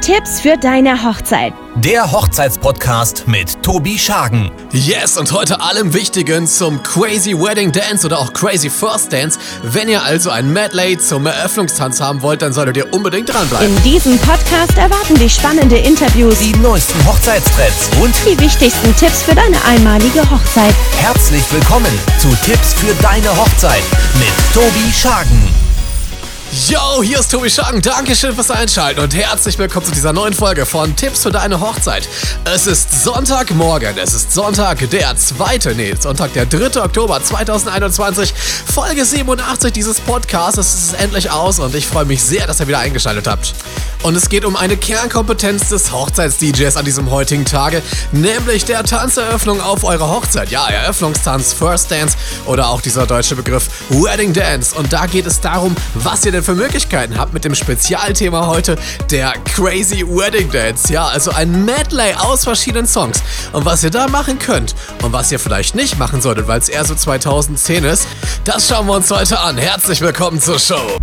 Tipps für deine Hochzeit. Der Hochzeitspodcast mit Tobi Schagen. Yes, und heute allem Wichtigen zum Crazy Wedding Dance oder auch Crazy First Dance. Wenn ihr also ein Medley zum Eröffnungstanz haben wollt, dann solltet ihr unbedingt dranbleiben. In diesem Podcast erwarten dich spannende Interviews, Die neuesten Hochzeitstrends und die wichtigsten Tipps für deine einmalige Hochzeit. herzlich willkommen zu Tipps für deine Hochzeit mit Tobi Schagen. Yo, hier ist Tobi Schagen. Dankeschön fürs Einschalten und herzlich willkommen zu dieser neuen Folge von Tipps für deine Hochzeit. Es ist Sonntagmorgen, es ist Sonntag der 3. Oktober 2021, Folge 87 dieses Podcasts. Es ist endlich aus und ich freue mich sehr, dass ihr wieder eingeschaltet habt. Und es geht um eine Kernkompetenz des Hochzeits-DJs an diesem heutigen Tage, nämlich der Tanzeröffnung auf eurer Hochzeit. Ja, Eröffnungstanz, First Dance oder auch dieser deutsche Begriff Wedding Dance. Und da geht es darum, was ihr denn für Möglichkeiten habt mit dem Spezialthema heute, der Crazy Wedding Dance. Ja, also ein Medley aus verschiedenen Songs. Und was ihr da machen könnt und was ihr vielleicht nicht machen solltet, weil es eher so 2010 ist, das schauen wir uns heute an. Herzlich willkommen zur Show.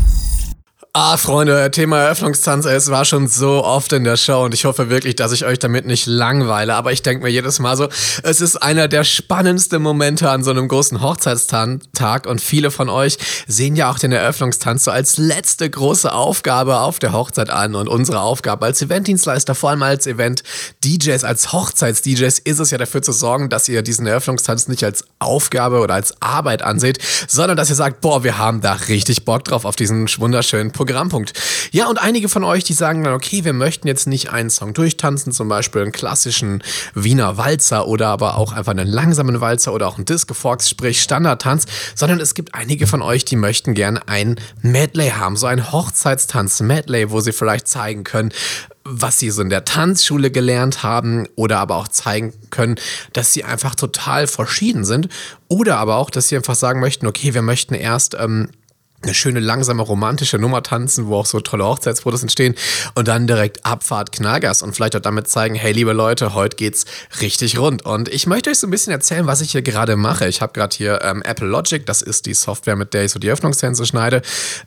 Freunde, Thema Eröffnungstanz, es war schon so oft in der Show und ich hoffe wirklich, dass ich euch damit nicht langweile, aber ich denke mir jedes Mal so, es ist einer der spannendsten Momente an so einem großen Hochzeitstag und viele von euch sehen ja auch den Eröffnungstanz so als letzte große Aufgabe auf der Hochzeit an und unsere Aufgabe als Eventdienstleister, vor allem als Event-DJs, als Hochzeits-DJs ist es ja dafür zu sorgen, dass ihr diesen Eröffnungstanz nicht als Aufgabe oder als Arbeit anseht, sondern dass ihr sagt, boah, wir haben da richtig Bock drauf auf diesen wunderschönen Programmpunkt. Ja, und einige von euch, die sagen dann, okay, wir möchten jetzt nicht einen Song durchtanzen, zum Beispiel einen klassischen Wiener Walzer oder aber auch einfach einen langsamen Walzer oder auch einen Disco-Fox, sprich Standardtanz, sondern es gibt einige von euch, die möchten gerne ein Medley haben, so ein Hochzeitstanz-Medley, wo sie vielleicht zeigen können, was sie so in der Tanzschule gelernt haben oder aber auch zeigen können, dass sie einfach total verschieden sind oder aber auch, dass sie einfach sagen möchten, okay, wir möchten erst eine schöne, langsame, romantische Nummer tanzen, wo auch so tolle Hochzeitsfotos entstehen und dann direkt Abfahrt, Knallgas und vielleicht auch damit zeigen, hey, liebe Leute, heute geht's richtig rund. Und ich möchte euch so ein bisschen erzählen, was ich hier gerade mache. Ich habe gerade hier Apple Logic, das ist die Software, mit der ich so die Öffnungstänze schneide,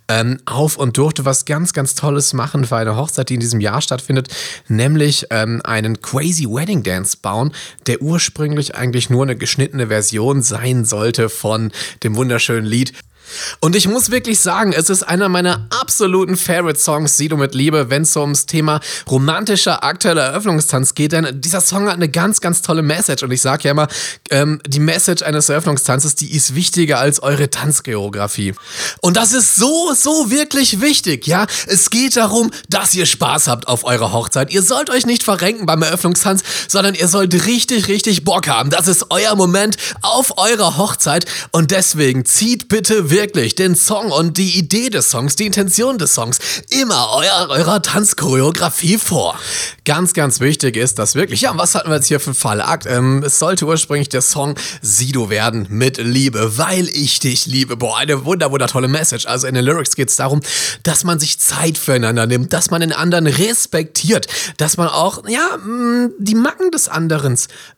auf und durfte was ganz, ganz Tolles machen für eine Hochzeit, die in diesem Jahr stattfindet, nämlich einen Crazy Wedding Dance bauen, der ursprünglich eigentlich nur eine geschnittene Version sein sollte von dem wunderschönen Lied. Und ich muss wirklich sagen, es ist einer meiner absoluten Favorite-Songs, Sieh du mit Liebe, wenn es so ums Thema romantischer, aktueller Eröffnungstanz geht, denn dieser Song hat eine ganz, ganz tolle Message und ich sage ja immer, die Message eines Eröffnungstanzes, die ist wichtiger als eure Tanzchoreografie. Und das ist so, so wirklich wichtig, ja? Es geht darum, dass ihr Spaß habt auf eurer Hochzeit. Ihr sollt euch nicht verrenken beim Eröffnungstanz, sondern ihr sollt richtig, richtig Bock haben. Das ist euer Moment auf eurer Hochzeit und deswegen zieht bitte wirklich den Song und die Idee des Songs, die Intention des Songs immer eurer Tanzchoreografie vor. Ganz, ganz wichtig ist das wirklich. Ja, was hatten wir jetzt hier für einen Fallakt? Es sollte ursprünglich der Song Sieh du werden mit Liebe, weil ich dich liebe. Boah, eine wundertolle Message. Also in den Lyrics geht es darum, dass man sich Zeit füreinander nimmt, dass man den anderen respektiert, dass man auch, ja, die Macken des anderen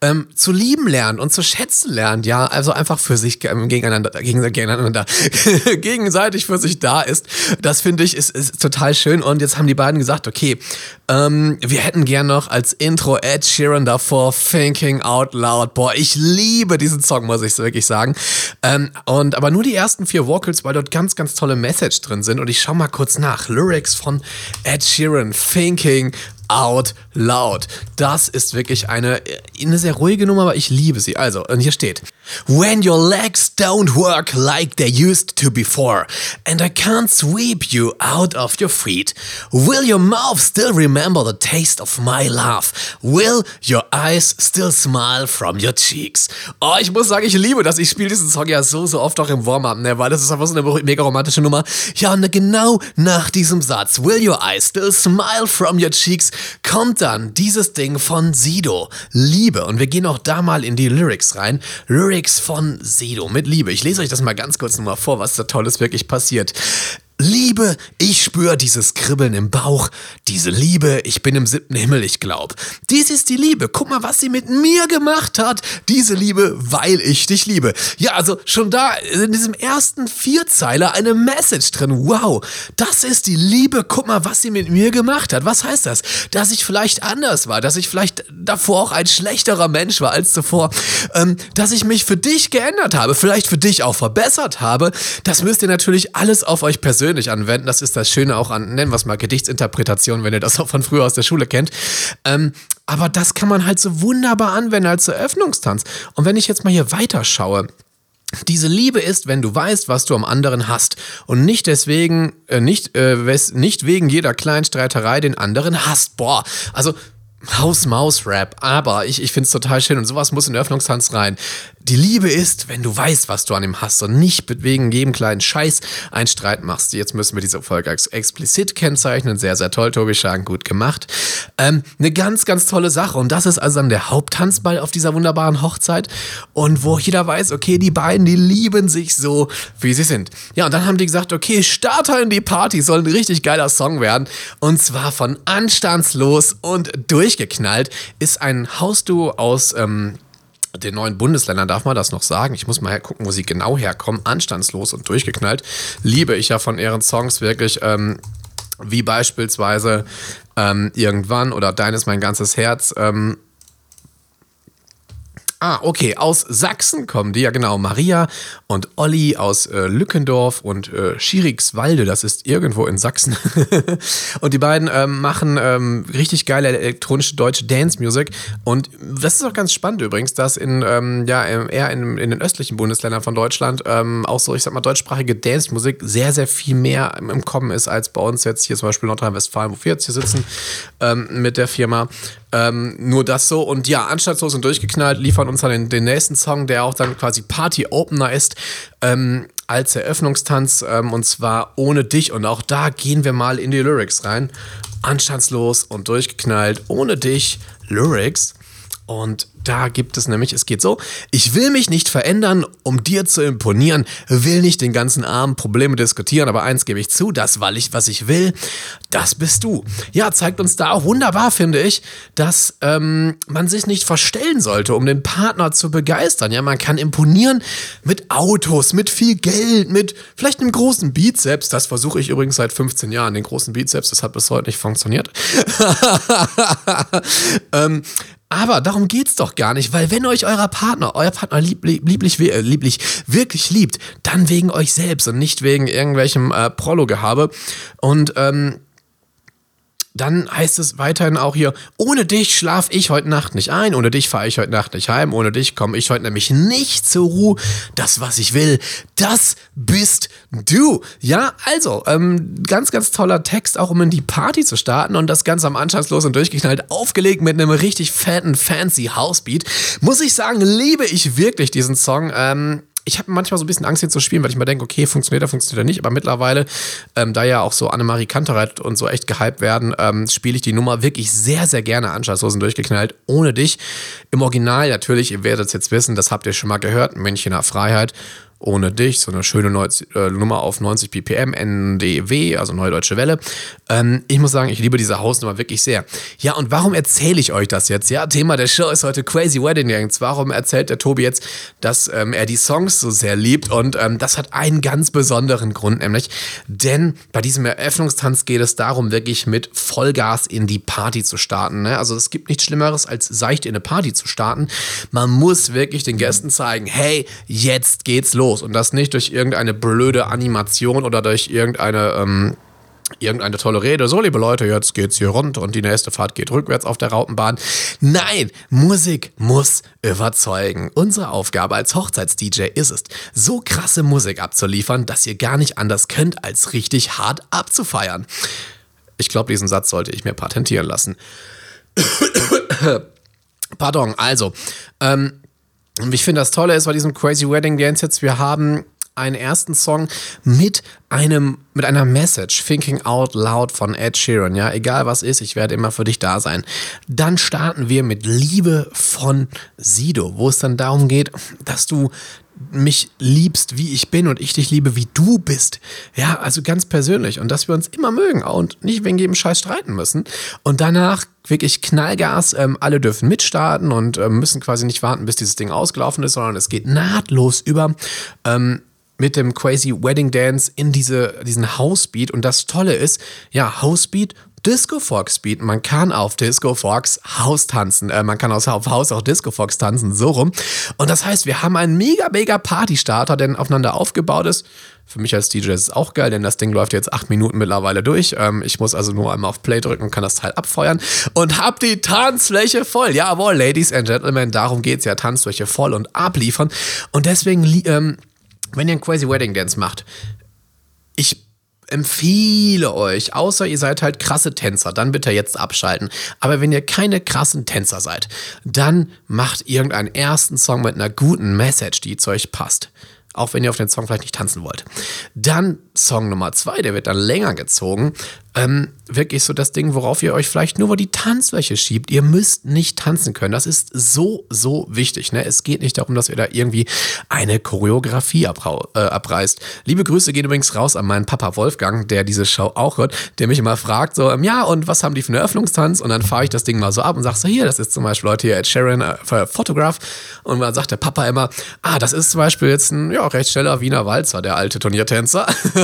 zu lieben lernt und zu schätzen lernt. Ja, also einfach für sich gegenseitig für sich da ist. Das finde ich ist total schön und jetzt haben die beiden gesagt, okay, wir hätten gern noch als Intro Ed Sheeran davor, Thinking Out Loud. Boah, ich liebe diesen Song, muss ich wirklich sagen. Aber nur die ersten 4 Vocals, weil dort ganz, ganz tolle Message drin sind und ich schau mal kurz nach. Lyrics von Ed Sheeran, Thinking Out Loud. Das ist wirklich eine sehr ruhige Nummer, aber ich liebe sie. Also, und hier steht: When your legs don't work like they used to before, and I can't sweep you out of your feet, will your mouth still remember the taste of my love? Will your eyes still smile from your cheeks? Oh, ich muss sagen, ich liebe das. Ich spiele diesen Song ja so oft auch im Warm-Up, ne, weil das ist einfach so eine mega romantische Nummer. Ja, und genau nach diesem Satz, Will your eyes still smile from your cheeks, kommt dann dieses Ding von Sido, Liebe. Und wir gehen auch da mal in die Lyrics rein. Lyrics von Sido mit Liebe. Ich lese euch das mal ganz kurz nochmal vor, was da Tolles wirklich passiert. Liebe, ich spüre dieses Kribbeln im Bauch. Diese Liebe, ich bin im 7. Himmel, ich glaub. Dies ist die Liebe. Guck mal, was sie mit mir gemacht hat. Diese Liebe, weil ich dich liebe. Ja, also schon da in diesem ersten Vierzeiler eine Message drin. Wow, das ist die Liebe. Guck mal, was sie mit mir gemacht hat. Was heißt das? Dass ich vielleicht anders war, dass ich vielleicht davor auch ein schlechterer Mensch war als zuvor, dass ich mich für dich geändert habe, vielleicht für dich auch verbessert habe. Das müsst ihr natürlich alles auf euch persönlich anwenden. Das ist das Schöne auch an, nennen wir es mal, Gedichtsinterpretation, wenn ihr das auch von früher aus der Schule kennt. Aber das kann man halt so wunderbar anwenden als Eröffnungstanz. Und wenn ich jetzt mal hier weiterschaue, diese Liebe ist, wenn du weißt, was du am anderen hast und nicht deswegen, nicht wegen jeder kleinen Streiterei den anderen hasst. Boah, also Haus-Maus-Rap, aber ich find's total schön und sowas muss in den Öffnungstanz rein. Die Liebe ist, wenn du weißt, was du an ihm hast und nicht wegen jedem kleinen Scheiß einen Streit machst. Jetzt müssen wir diese Folge explizit kennzeichnen. Sehr, sehr toll, Tobi Schagen, gut gemacht. Eine ganz, ganz tolle Sache und das ist also dann der Haupttanzball auf dieser wunderbaren Hochzeit und wo jeder weiß, okay, die beiden, die lieben sich so, wie sie sind. Ja, und dann haben die gesagt, okay, Starter in die Party, soll ein richtig geiler Song werden und zwar von Anstandslos und Durchgeknallt ist ein Hausduo aus den neuen Bundesländern, darf man das noch sagen? Ich muss mal gucken, wo sie genau herkommen. Anstandslos und Durchgeknallt. Liebe ich ja von ihren Songs wirklich, wie beispielsweise Irgendwann oder Dein ist mein ganzes Herz. Okay, aus Sachsen kommen die, ja genau, Maria und Olli aus Lückendorf und Schirikswalde, das ist irgendwo in Sachsen. Und die beiden machen richtig geile elektronische deutsche Dance-Music und das ist auch ganz spannend übrigens, dass eher in den östlichen Bundesländern von Deutschland auch so, ich sag mal, deutschsprachige Dance-Musik sehr, sehr viel mehr im Kommen ist als bei uns jetzt hier zum Beispiel Nordrhein-Westfalen, wo wir jetzt hier sitzen mit der Firma. Nur das so und ja, Anstandslos und Durchgeknallt liefern uns dann den nächsten Song, der auch dann quasi Party-Opener ist, als Eröffnungstanz und zwar Ohne dich und auch da gehen wir mal in die Lyrics rein. Anstandslos und Durchgeknallt, Ohne dich, Lyrics. Und da gibt es nämlich, es geht so: Ich will mich nicht verändern, um dir zu imponieren, will nicht den ganzen Abend Probleme diskutieren, aber eins gebe ich zu, das, was ich will, das bist du. Ja, zeigt uns da auch wunderbar, finde ich, dass man sich nicht verstellen sollte, um den Partner zu begeistern. Ja, man kann imponieren mit Autos, mit viel Geld, mit vielleicht einem großen Bizeps. Das versuche ich übrigens seit 15 Jahren, den großen Bizeps, das hat bis heute nicht funktioniert. Aber darum geht's doch gar nicht, weil wenn euch euer Partner wirklich liebt, dann wegen euch selbst und nicht wegen irgendwelchem Prollo-Gehabe. Und dann heißt es weiterhin auch hier: Ohne dich schlaf ich heute Nacht nicht ein, ohne dich fahre ich heute Nacht nicht heim, ohne dich komme ich heute nämlich nicht zur Ruhe. Das, was ich will, das bist du. Ja, also, ganz, ganz toller Text, auch um in die Party zu starten und das Ganze am Anstandslos und Durchgeknallt aufgelegt mit einem richtig fetten, fancy Housebeat. Muss ich sagen, liebe ich wirklich diesen Song. Ich habe manchmal so ein bisschen Angst, ihn zu spielen, weil ich mir denke, okay, funktioniert er nicht. Aber mittlerweile, da ja auch so Annemarie Kantereit und so echt gehypt werden, spiele ich die Nummer wirklich sehr, sehr gerne Anstandslos und Durchgeknallt. Ohne dich. Im Original natürlich, ihr werdet es jetzt wissen, das habt ihr schon mal gehört, Münchener Freiheit. Ohne dich, so eine schöne Nummer auf 90 BPM, NDW, also Neue Deutsche Welle. Ich muss sagen, ich liebe diese Hausnummer wirklich sehr. Ja, und warum erzähle ich euch das jetzt? Ja, Thema der Show ist heute Crazy Wedding Dance. Warum erzählt der Tobi jetzt, dass er die Songs so sehr liebt? Und das hat einen ganz besonderen Grund, nämlich, denn bei diesem Eröffnungstanz geht es darum, wirklich mit Vollgas in die Party zu starten. Ne? Also es gibt nichts Schlimmeres, als seicht in eine Party zu starten. Man muss wirklich den Gästen zeigen, hey, jetzt geht's los. Und das nicht durch irgendeine blöde Animation oder durch irgendeine tolle Rede. So, liebe Leute, jetzt geht's hier rund und die nächste Fahrt geht rückwärts auf der Raupenbahn. Nein, Musik muss überzeugen. Unsere Aufgabe als Hochzeits-DJ ist es, so krasse Musik abzuliefern, dass ihr gar nicht anders könnt, als richtig hart abzufeiern. Ich glaube, diesen Satz sollte ich mir patentieren lassen. Pardon, also, und ich finde, das Tolle ist bei diesem Crazy Wedding Dance jetzt, wir haben einen ersten Song mit einer Message, Thinking Out Loud von Ed Sheeran, ja, egal was ist, ich werde immer für dich da sein. Dann starten wir mit Liebe von Sido, wo es dann darum geht, dass du mich liebst, wie ich bin und ich dich liebe, wie du bist. Ja, also ganz persönlich. Und dass wir uns immer mögen und nicht wegen jedem Scheiß streiten müssen. Und danach wirklich Knallgas, alle dürfen mitstarten und müssen quasi nicht warten, bis dieses Ding ausgelaufen ist, sondern es geht nahtlos über mit dem Crazy Wedding Dance in diesen Housebeat. Und das Tolle ist, ja, Housebeat, Disco Fox Beat. Man kann auf Disco Fox House tanzen. Man kann auf House auch Disco Fox tanzen, so rum. Und das heißt, wir haben einen mega Partystarter, der aufeinander aufgebaut ist. Für mich als DJ ist es auch geil, denn das Ding läuft jetzt 8 Minuten mittlerweile durch. Ich muss also nur einmal auf Play drücken und kann das Teil abfeuern und hab die Tanzfläche voll. Jawohl, Ladies and Gentlemen, darum geht's ja, Tanzfläche voll und abliefern. Und deswegen, wenn ihr einen Crazy Wedding Dance macht, ich empfehle euch, außer ihr seid halt krasse Tänzer, dann bitte jetzt abschalten. Aber wenn ihr keine krassen Tänzer seid, dann macht irgendeinen ersten Song mit einer guten Message, die zu euch passt. Auch wenn ihr auf den Song vielleicht nicht tanzen wollt. Dann Song Nummer 2, der wird dann länger gezogen. Wirklich so das Ding, worauf ihr euch vielleicht nur über die Tanzfläche schiebt. Ihr müsst nicht tanzen können. Das ist so wichtig. Ne? Es geht nicht darum, dass ihr da irgendwie eine Choreografie abreißt. Liebe Grüße gehen übrigens raus an meinen Papa Wolfgang, der diese Show auch hört, der mich immer fragt, so, ja, und was haben die für einen Eröffnungstanz? Und dann fahre ich das Ding mal so ab und sage so, hier, das ist zum Beispiel Leute hier Ed Sheeran Photograph. Und dann sagt der Papa immer, das ist zum Beispiel jetzt ein recht schneller Wiener Walzer, der alte Turniertänzer.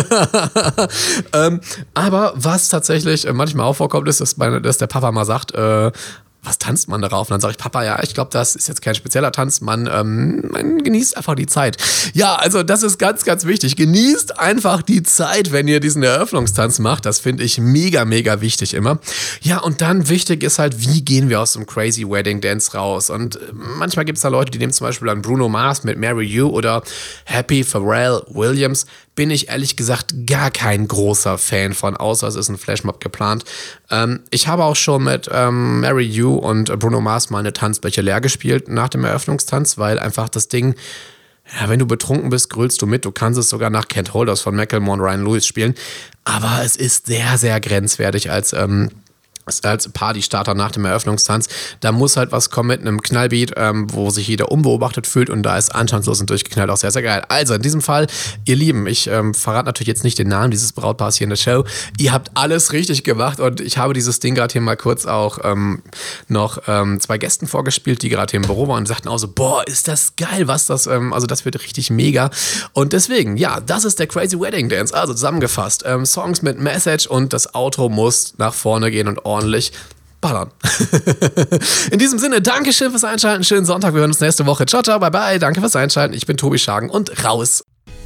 Aber was tatsächlich manchmal auch vorkommt, ist, dass der Papa mal sagt, was tanzt man darauf? Und dann sage ich, Papa, ja, ich glaube, das ist jetzt kein spezieller Tanz, man genießt einfach die Zeit. Ja, also das ist ganz wichtig. Genießt einfach die Zeit, wenn ihr diesen Eröffnungstanz macht. Das finde ich mega wichtig immer. Ja, und dann wichtig ist halt, wie gehen wir aus dem Crazy Wedding Dance raus? Und manchmal gibt es da Leute, die nehmen zum Beispiel an Bruno Mars mit Marry You oder Happy Pharrell Williams. Bin ich ehrlich gesagt gar kein großer Fan von, außer es ist ein Flashmob geplant. Ich habe auch schon mit Marry You und Bruno Mars mal eine Tanzfläche leer gespielt nach dem Eröffnungstanz, weil einfach das Ding, ja, wenn du betrunken bist, grölst du mit. Du kannst es sogar nach Can't Hold Us von Macklemore und Ryan Lewis spielen. Aber es ist sehr grenzwertig als Partystarter nach dem Eröffnungstanz. Da muss halt was kommen mit einem Knallbeat, wo sich jeder unbeobachtet fühlt, und da ist anstandslos und durchgeknallt auch sehr geil. Also in diesem Fall, ihr Lieben, ich verrate natürlich jetzt nicht den Namen dieses Brautpaars hier in der Show. Ihr habt alles richtig gemacht und ich habe dieses Ding gerade hier mal kurz auch noch 2 Gästen vorgespielt, die gerade hier im Büro waren und sagten auch so, boah, ist das geil, was das, also das wird richtig mega. Und deswegen, ja, das ist der Crazy Wedding Dance. Also zusammengefasst, Songs mit Message und das Outro muss nach vorne gehen und ordentlich ballern. In diesem Sinne, Dankeschön fürs Einschalten, schönen Sonntag, wir hören uns nächste Woche. Ciao, bye bye, danke fürs Einschalten, ich bin Tobi Schagen und raus.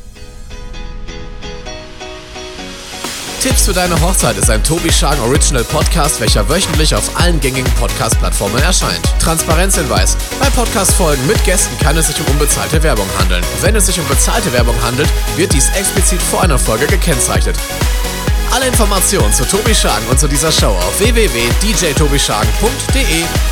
Tipps für deine Hochzeit ist ein Tobi Schagen Original Podcast, welcher wöchentlich auf allen gängigen Podcast-Plattformen erscheint. Transparenzhinweis: Bei Podcast-Folgen mit Gästen kann es sich um unbezahlte Werbung handeln. Wenn es sich um bezahlte Werbung handelt, wird dies explizit vor einer Folge gekennzeichnet. Alle Informationen zu Tobi Schagen und zu dieser Show auf www.djtobischagen.de.